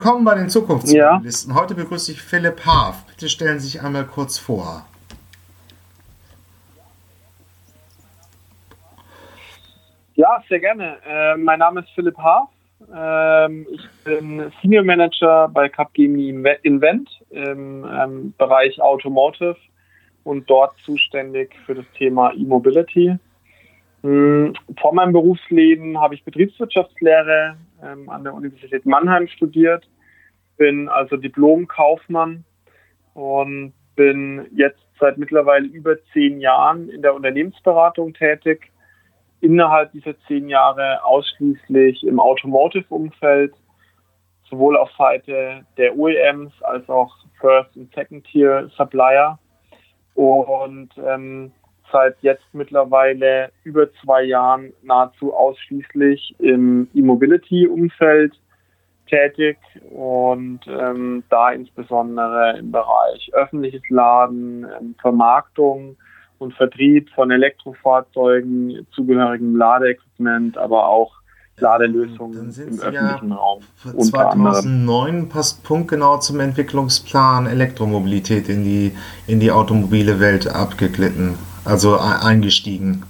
Willkommen bei den Ja, Zukunftsmobilisten. Heute begrüße ich Philipp Haaf. Bitte stellen Sie sich einmal kurz vor. ja, sehr gerne. Mein Name ist Philipp Haaf. Ich bin Senior Manager bei Capgemini Invent im Bereich Automotive und dort zuständig für das Thema E-Mobility. Vor meinem Berufsleben habe ich Betriebswirtschaftslehre an der Universität Mannheim studiert, bin also Diplom-Kaufmann und bin jetzt seit mittlerweile über 10 Jahren in der Unternehmensberatung tätig. Innerhalb dieser 10 Jahre ausschließlich im Automotive-Umfeld, sowohl auf Seite der OEMs als auch First- und Second-Tier-Supplier. Und seit jetzt mittlerweile über 2 Jahren nahezu ausschließlich im E-Mobility-Umfeld tätig und da insbesondere im Bereich öffentliches Laden, Vermarktung und Vertrieb von Elektrofahrzeugen, zugehörigem Ladeequipment, aber auch Dann Ladelösungen sind im Sie ja öffentlichen Raum für unter anderem. 2009 passt punktgenau zum Entwicklungsplan Elektromobilität in die automobile Welt abgeglitten, also eingestiegen.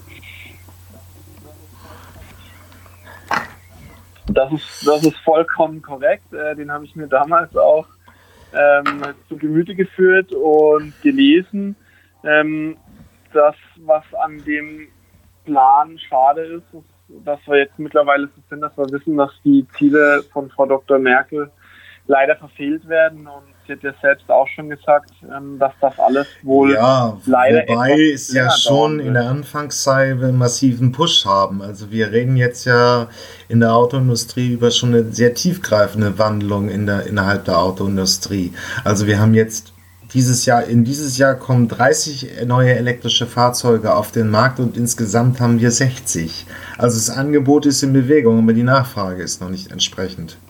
Das ist vollkommen korrekt. Den habe ich mir damals auch zu Gemüte geführt und gelesen. Ähm, Das, was an dem Plan schade ist, dass wir jetzt mittlerweile so sind, dass wir wissen, dass die Ziele von Frau Dr. Merkel leider verfehlt werden. Und sie hat ja selbst auch schon gesagt, dass das alles wohl Ja, leider wobei etwas es ja länger schon dauern in wird. der Anfangszeit einen massiven Push haben. Also wir reden jetzt ja in der Autoindustrie über schon eine sehr tiefgreifende Wandlung innerhalb der Autoindustrie. Also wir haben jetzt in dieses Jahr kommen 30 neue elektrische Fahrzeuge auf den Markt und insgesamt haben wir 60. Also das Angebot ist in Bewegung, aber die Nachfrage ist noch nicht entsprechend.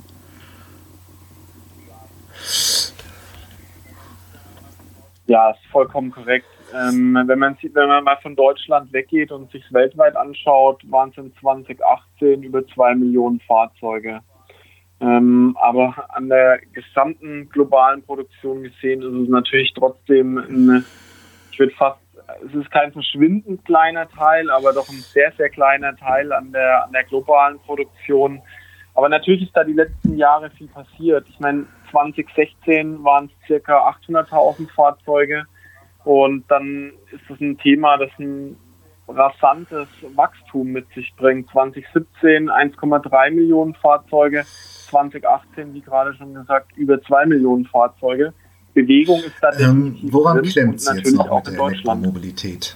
Ja, ist vollkommen korrekt. Wenn man mal von Deutschland weggeht und sich weltweit anschaut, waren es in 2018 über 2 Millionen Fahrzeuge. Aber an der gesamten globalen Produktion gesehen ist es natürlich trotzdem ich würde fast, es ist kein verschwindend kleiner Teil, aber doch ein sehr, sehr kleiner Teil an der globalen Produktion. Aber natürlich ist da die letzten Jahre viel passiert. Ich meine, 2016 waren es circa 800.000 Fahrzeuge und dann ist es ein Thema, das ein rasantes Wachstum mit sich bringt. 2017 1,3 Millionen Fahrzeuge, 2018, wie gerade schon gesagt, über 2 Millionen Fahrzeuge. Bewegung ist da definitiv Woran drin klemmt und es jetzt natürlich noch auch mit in der Deutschland. Elektromobilität?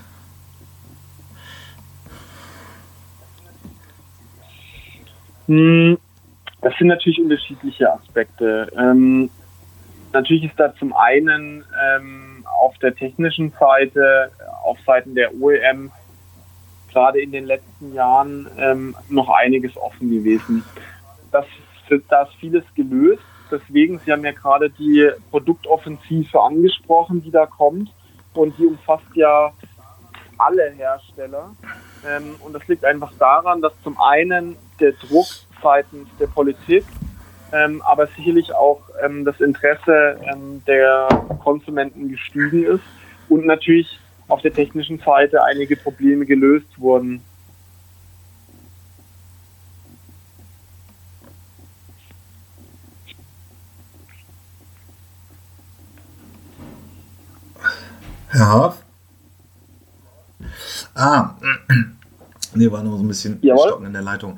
Hm, Das sind natürlich unterschiedliche Aspekte. Natürlich ist da zum einen auf der technischen Seite, auf Seiten der OEM, gerade in den letzten Jahren noch einiges offen gewesen. Das, Da ist vieles gelöst. Deswegen, Sie haben ja gerade die Produktoffensive angesprochen, die da kommt. Und die umfasst ja alle Hersteller. Und das liegt einfach daran, dass zum einen der Druck seitens der Politik, aber sicherlich auch das Interesse der Konsumenten gestiegen ist und natürlich auf der technischen Seite einige Probleme gelöst wurden. Herr Haaf? Ah, nee, war nur so ein bisschen Jawohl. Stocken in der Leitung.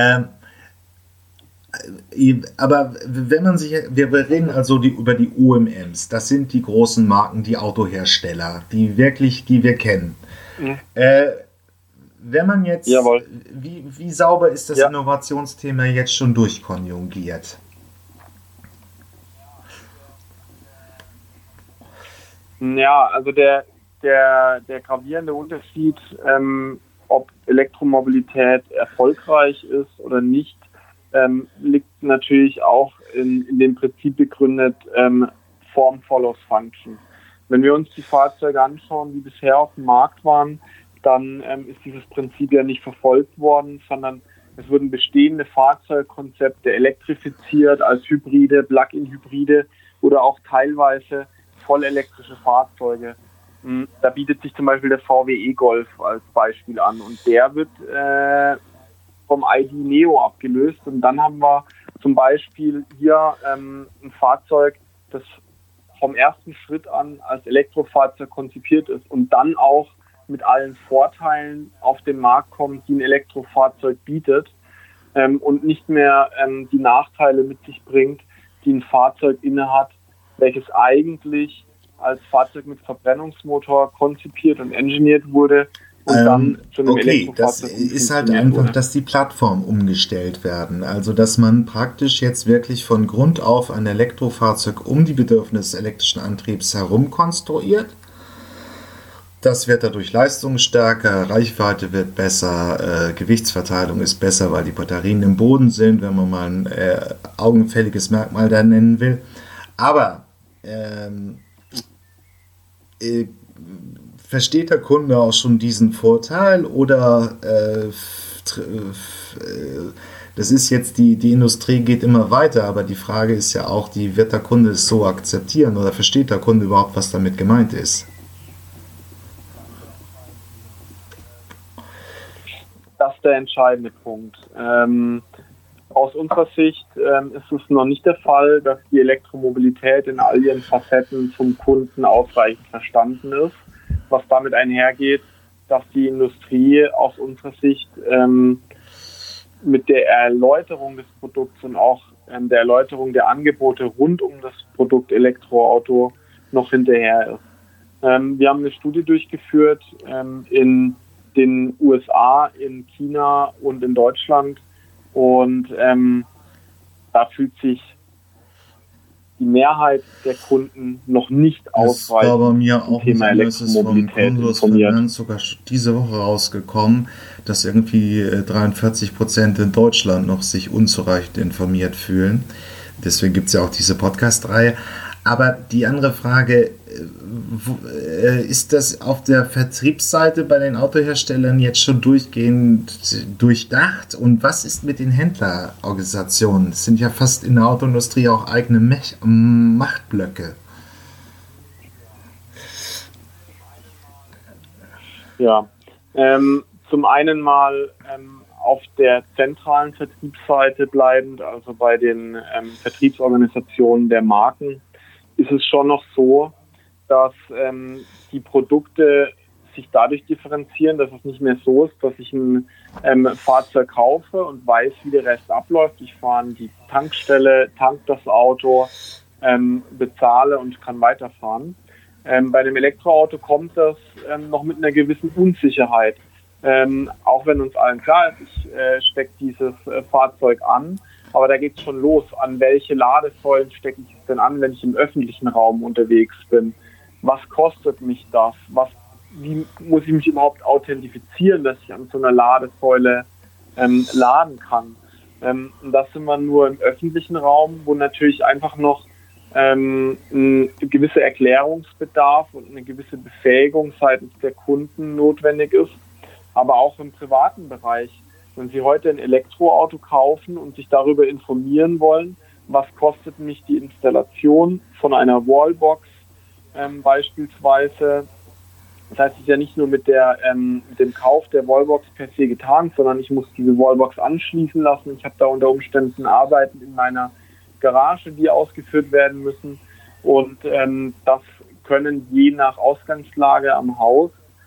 Aber wenn man sich, wir reden also über die OEMs, das sind die großen Marken, die Autohersteller, die wir kennen. Mhm. Äh, Wenn man jetzt, Jawohl. wie sauber ist das Ja. Innovationsthema jetzt schon durchkonjugiert? Ja, also der gravierende Unterschied, ob Elektromobilität erfolgreich ist oder nicht, liegt natürlich auch in dem Prinzip begründet, Form follows Function. Wenn wir uns die Fahrzeuge anschauen, die bisher auf dem Markt waren, dann ist dieses Prinzip ja nicht verfolgt worden, sondern Es wurden bestehende Fahrzeugkonzepte elektrifiziert als Hybride, Plug-in-Hybride oder auch teilweise vollelektrische Fahrzeuge. Da bietet sich zum Beispiel der VW e-Golf als Beispiel an und der wird vom ID Neo abgelöst und dann haben wir zum Beispiel hier ein Fahrzeug, das vom ersten Schritt an als Elektrofahrzeug konzipiert ist und dann auch mit allen Vorteilen auf den Markt kommt, die ein Elektrofahrzeug bietet und nicht mehr die Nachteile mit sich bringt, die ein Fahrzeug innehat, welches eigentlich als Fahrzeug mit Verbrennungsmotor konzipiert und engineert wurde und dann zu einem Elektrofahrzeug. Das ist halt einfach, dass die Plattformen umgestellt werden. Also, dass man praktisch jetzt wirklich von Grund auf ein Elektrofahrzeug um die Bedürfnisse elektrischen Antriebs herum konstruiert. Das wird dadurch leistungsstärker, Reichweite wird besser, Gewichtsverteilung ist besser, weil die Batterien im Boden sind, wenn man mal ein augenfälliges Merkmal da nennen will. Aber versteht der Kunde auch schon diesen Vorteil oder das ist jetzt, die Industrie geht immer weiter, aber die Frage ist ja auch, wird der Kunde es so akzeptieren oder versteht der Kunde überhaupt, was damit gemeint ist? Das ist der entscheidende Punkt. Aus unserer Sicht ist es noch nicht der Fall, dass die Elektromobilität in all ihren Facetten vom Kunden ausreichend verstanden ist. Was damit einhergeht, dass die Industrie aus unserer Sicht mit der Erläuterung des Produkts und auch der Erläuterung der Angebote rund um das Produkt Elektroauto noch hinterher ist. Wir haben eine Studie durchgeführt in den USA, in China und in Deutschland. Und da fühlt sich die Mehrheit der Kunden noch nicht ausreichend. Das war bei mir auch Thema Elektromobilität informiert. Sogar diese Woche rausgekommen, dass irgendwie 43% in Deutschland noch sich unzureichend informiert fühlen. Deswegen gibt es ja auch diese Podcast-Reihe. Aber die andere Frage, ist das auf der Vertriebsseite bei den Autoherstellern jetzt schon durchgehend durchdacht? Und was ist mit den Händlerorganisationen? Es sind ja fast in der Autoindustrie auch eigene Machtblöcke. Ja, zum einen mal auf der zentralen Vertriebsseite bleibend, also bei den Vertriebsorganisationen der Marken, ist es schon noch so, dass die Produkte sich dadurch differenzieren, dass es nicht mehr so ist, dass ich ein Fahrzeug kaufe und weiß, wie der Rest abläuft. Ich fahre an die Tankstelle, tank das Auto, bezahle und kann weiterfahren. Bei einem Elektroauto kommt das noch mit einer gewissen Unsicherheit. Auch wenn uns allen klar ist, ich stecke dieses Fahrzeug an, aber da geht es schon los. An welche Ladesäulen stecke ich es denn an, wenn ich im öffentlichen Raum unterwegs bin? Was kostet mich das? Wie muss ich mich überhaupt authentifizieren, dass ich an so einer Ladesäule laden kann? Und das sind wir nur im öffentlichen Raum, wo natürlich einfach noch ein gewisser Erklärungsbedarf und eine gewisse Befähigung seitens der Kunden notwendig ist. Aber auch im privaten Bereich. Wenn Sie heute ein Elektroauto kaufen und sich darüber informieren wollen, was kostet mich die Installation von einer Wallbox beispielsweise. Das heißt, es ist ja nicht nur mit dem Kauf der Wallbox per se getan, sondern ich muss diese Wallbox anschließen lassen. Ich habe da unter Umständen Arbeiten in meiner Garage, die ausgeführt werden müssen. Und das können je nach Ausgangslage am Haus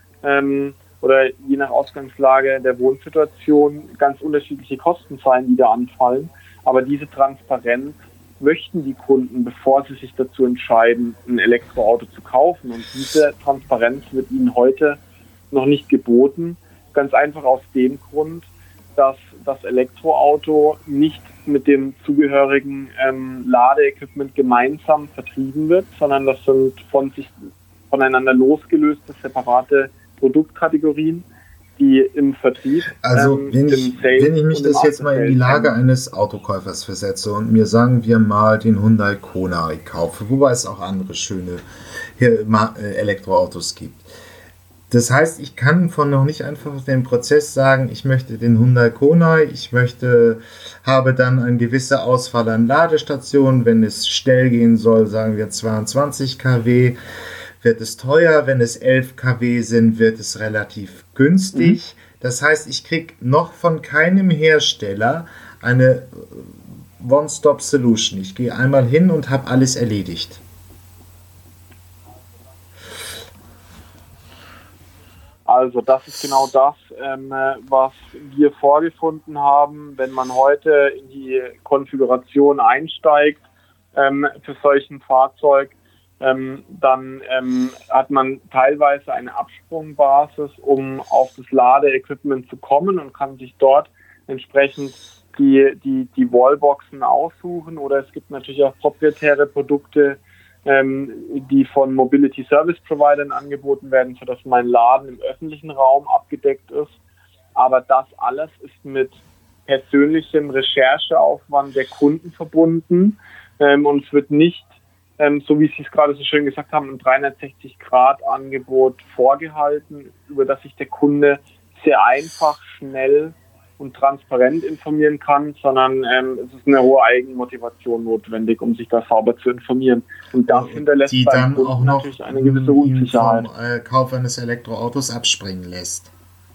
oder je nach Ausgangslage der Wohnsituation ganz unterschiedliche Kosten sein, die da anfallen. Aber diese Transparenz möchten die Kunden, bevor sie sich dazu entscheiden, ein Elektroauto zu kaufen. Und diese Transparenz wird ihnen heute noch nicht geboten. Ganz einfach aus dem Grund, dass das Elektroauto nicht mit dem zugehörigen Ladeequipment gemeinsam vertrieben wird, sondern das sind voneinander losgelöste, separate Produktkategorien, die im Vertrieb... Also wenn ich mich das jetzt mal in die Lage eines Autokäufers versetze und mir, sagen wir mal, den Hyundai Kona kaufe, wobei es auch andere schöne Elektroautos gibt. Das heißt, ich kann von noch nicht einfach den Prozess sagen, ich möchte den Hyundai Kona, habe dann eine gewisse Auswahl an Ladestationen. Wenn es schnell gehen soll, sagen wir 22 kW, wird es teuer. Wenn es 11 kW sind, wird es relativ günstig. Das heißt, ich kriege noch von keinem Hersteller eine One-Stop-Solution. Ich gehe einmal hin und habe alles erledigt. Also das ist genau das, was wir vorgefunden haben. Wenn man heute in die Konfiguration einsteigt für solchen Fahrzeug, dann hat man teilweise eine Absprungbasis, um auf das Ladeequipment zu kommen und kann sich dort entsprechend die Wallboxen aussuchen. Oder es gibt natürlich auch proprietäre Produkte, die von Mobility Service Providern angeboten werden, sodass mein Laden im öffentlichen Raum abgedeckt ist. Aber das alles ist mit persönlichem Rechercheaufwand der Kunden verbunden und es wird nicht, so wie Sie es gerade so schön gesagt haben, ein 360-Grad-Angebot vorgehalten, über das sich der Kunde sehr einfach, schnell und transparent informieren kann, sondern es ist eine hohe Eigenmotivation notwendig, um sich da sauber zu informieren. Und das hinterlässt die dann auch noch natürlich eine gewisse Unsicherheit. Vom Kauf eines Elektroautos abspringen lässt.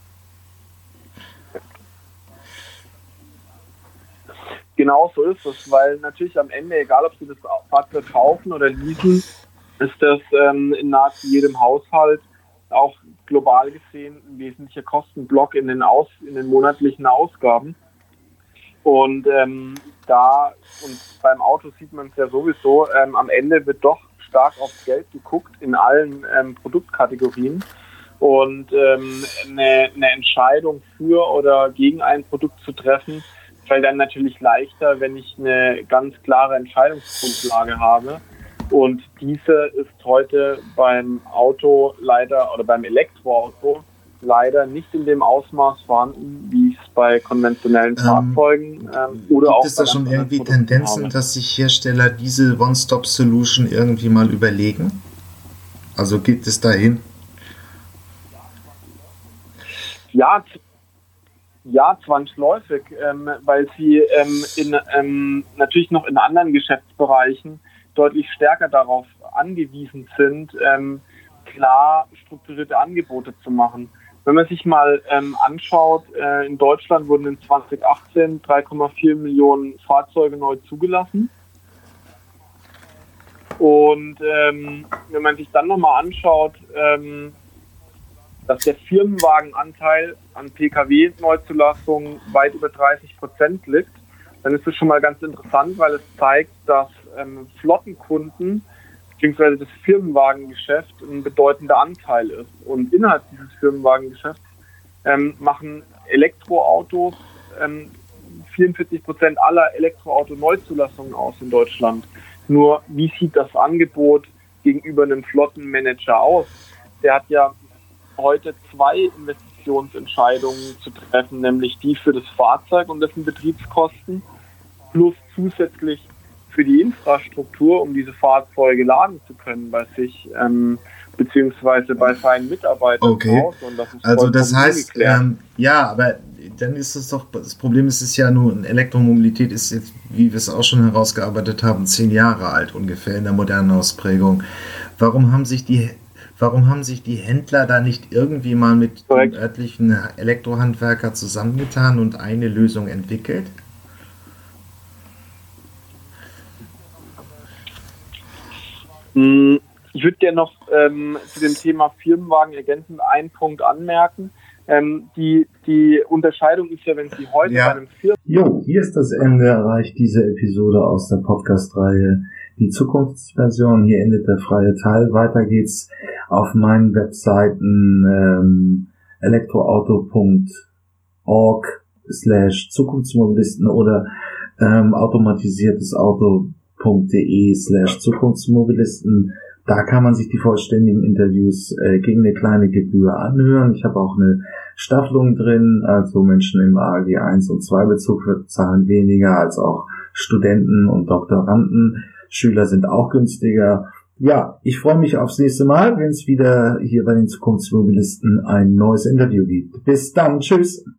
Genau so ist es, weil natürlich am Ende, egal ob Sie das Fahrzeug kaufen oder leasen, ist das in nahezu jedem Haushalt auch global gesehen ein wesentlicher Kostenblock in den monatlichen Ausgaben. Und beim Auto sieht man es ja sowieso, am Ende wird doch stark aufs Geld geguckt in allen Produktkategorien. Und eine Entscheidung für oder gegen ein Produkt zu treffen, fällt dann natürlich leichter, wenn ich eine ganz klare Entscheidungsgrundlage habe. Und diese ist heute beim Auto leider oder beim Elektroauto leider nicht in dem Ausmaß vorhanden, wie es bei konventionellen Fahrzeugen oder auch. Gibt es da schon irgendwie Tendenzen, dass sich Hersteller diese One-Stop-Solution irgendwie mal überlegen? Also gibt es dahin? Ja, zwangsläufig, weil sie natürlich noch in anderen Geschäftsbereichen deutlich stärker darauf angewiesen sind, klar strukturierte Angebote zu machen. Wenn man sich mal anschaut, in Deutschland wurden in 2018 3,4 Millionen Fahrzeuge neu zugelassen. Und wenn man sich dann nochmal anschaut, dass der Firmenwagenanteil an Pkw-Neuzulassungen weit über 30% liegt, dann ist das schon mal ganz interessant, weil es zeigt, dass Flottenkunden bzw. das Firmenwagengeschäft ein bedeutender Anteil ist. Und innerhalb dieses Firmenwagengeschäfts machen Elektroautos 44% aller Elektroauto-Neuzulassungen aus in Deutschland. Nur wie sieht das Angebot gegenüber einem Flottenmanager aus? Der hat ja heute 2 Investitionsentscheidungen zu treffen, nämlich die für das Fahrzeug und dessen Betriebskosten plus zusätzlich für die Infrastruktur, um diese Fahrzeuge laden zu können bei sich beziehungsweise bei seinen Mitarbeitern. Okay, und das ist also das heißt, ja, aber dann ist es doch, das Problem ist es ja nur, Elektromobilität ist jetzt, wie wir es auch schon herausgearbeitet haben, 10 Jahre alt ungefähr in der modernen Ausprägung. Warum haben sich die Händler da nicht irgendwie mal mit dem örtlichen Elektrohandwerker zusammengetan und eine Lösung entwickelt? Ich würde gerne noch zu dem Thema Firmenwagen ergänzend einen Punkt anmerken. Die Unterscheidung ist ja, wenn Sie heute bei einem Jo, hier ist das Ende erreicht diese Episode aus der Podcast-Reihe Die Zukunftsversion. Hier endet der freie Teil. Weiter geht's auf meinen Webseiten elektroauto.org/Zukunftsmobilisten oder automatisiertesauto.de/Zukunftsmobilisten. Da kann man sich die vollständigen Interviews gegen eine kleine Gebühr anhören. Ich habe auch eine Staffelung drin, also Menschen im AG 1 und 2 Bezug zahlen weniger als auch Studenten und Doktoranden. Schüler sind auch günstiger. Ja, ich freue mich aufs nächste Mal, wenn es wieder hier bei den Zukunftsmobilisten ein neues Interview gibt. Bis dann, tschüss.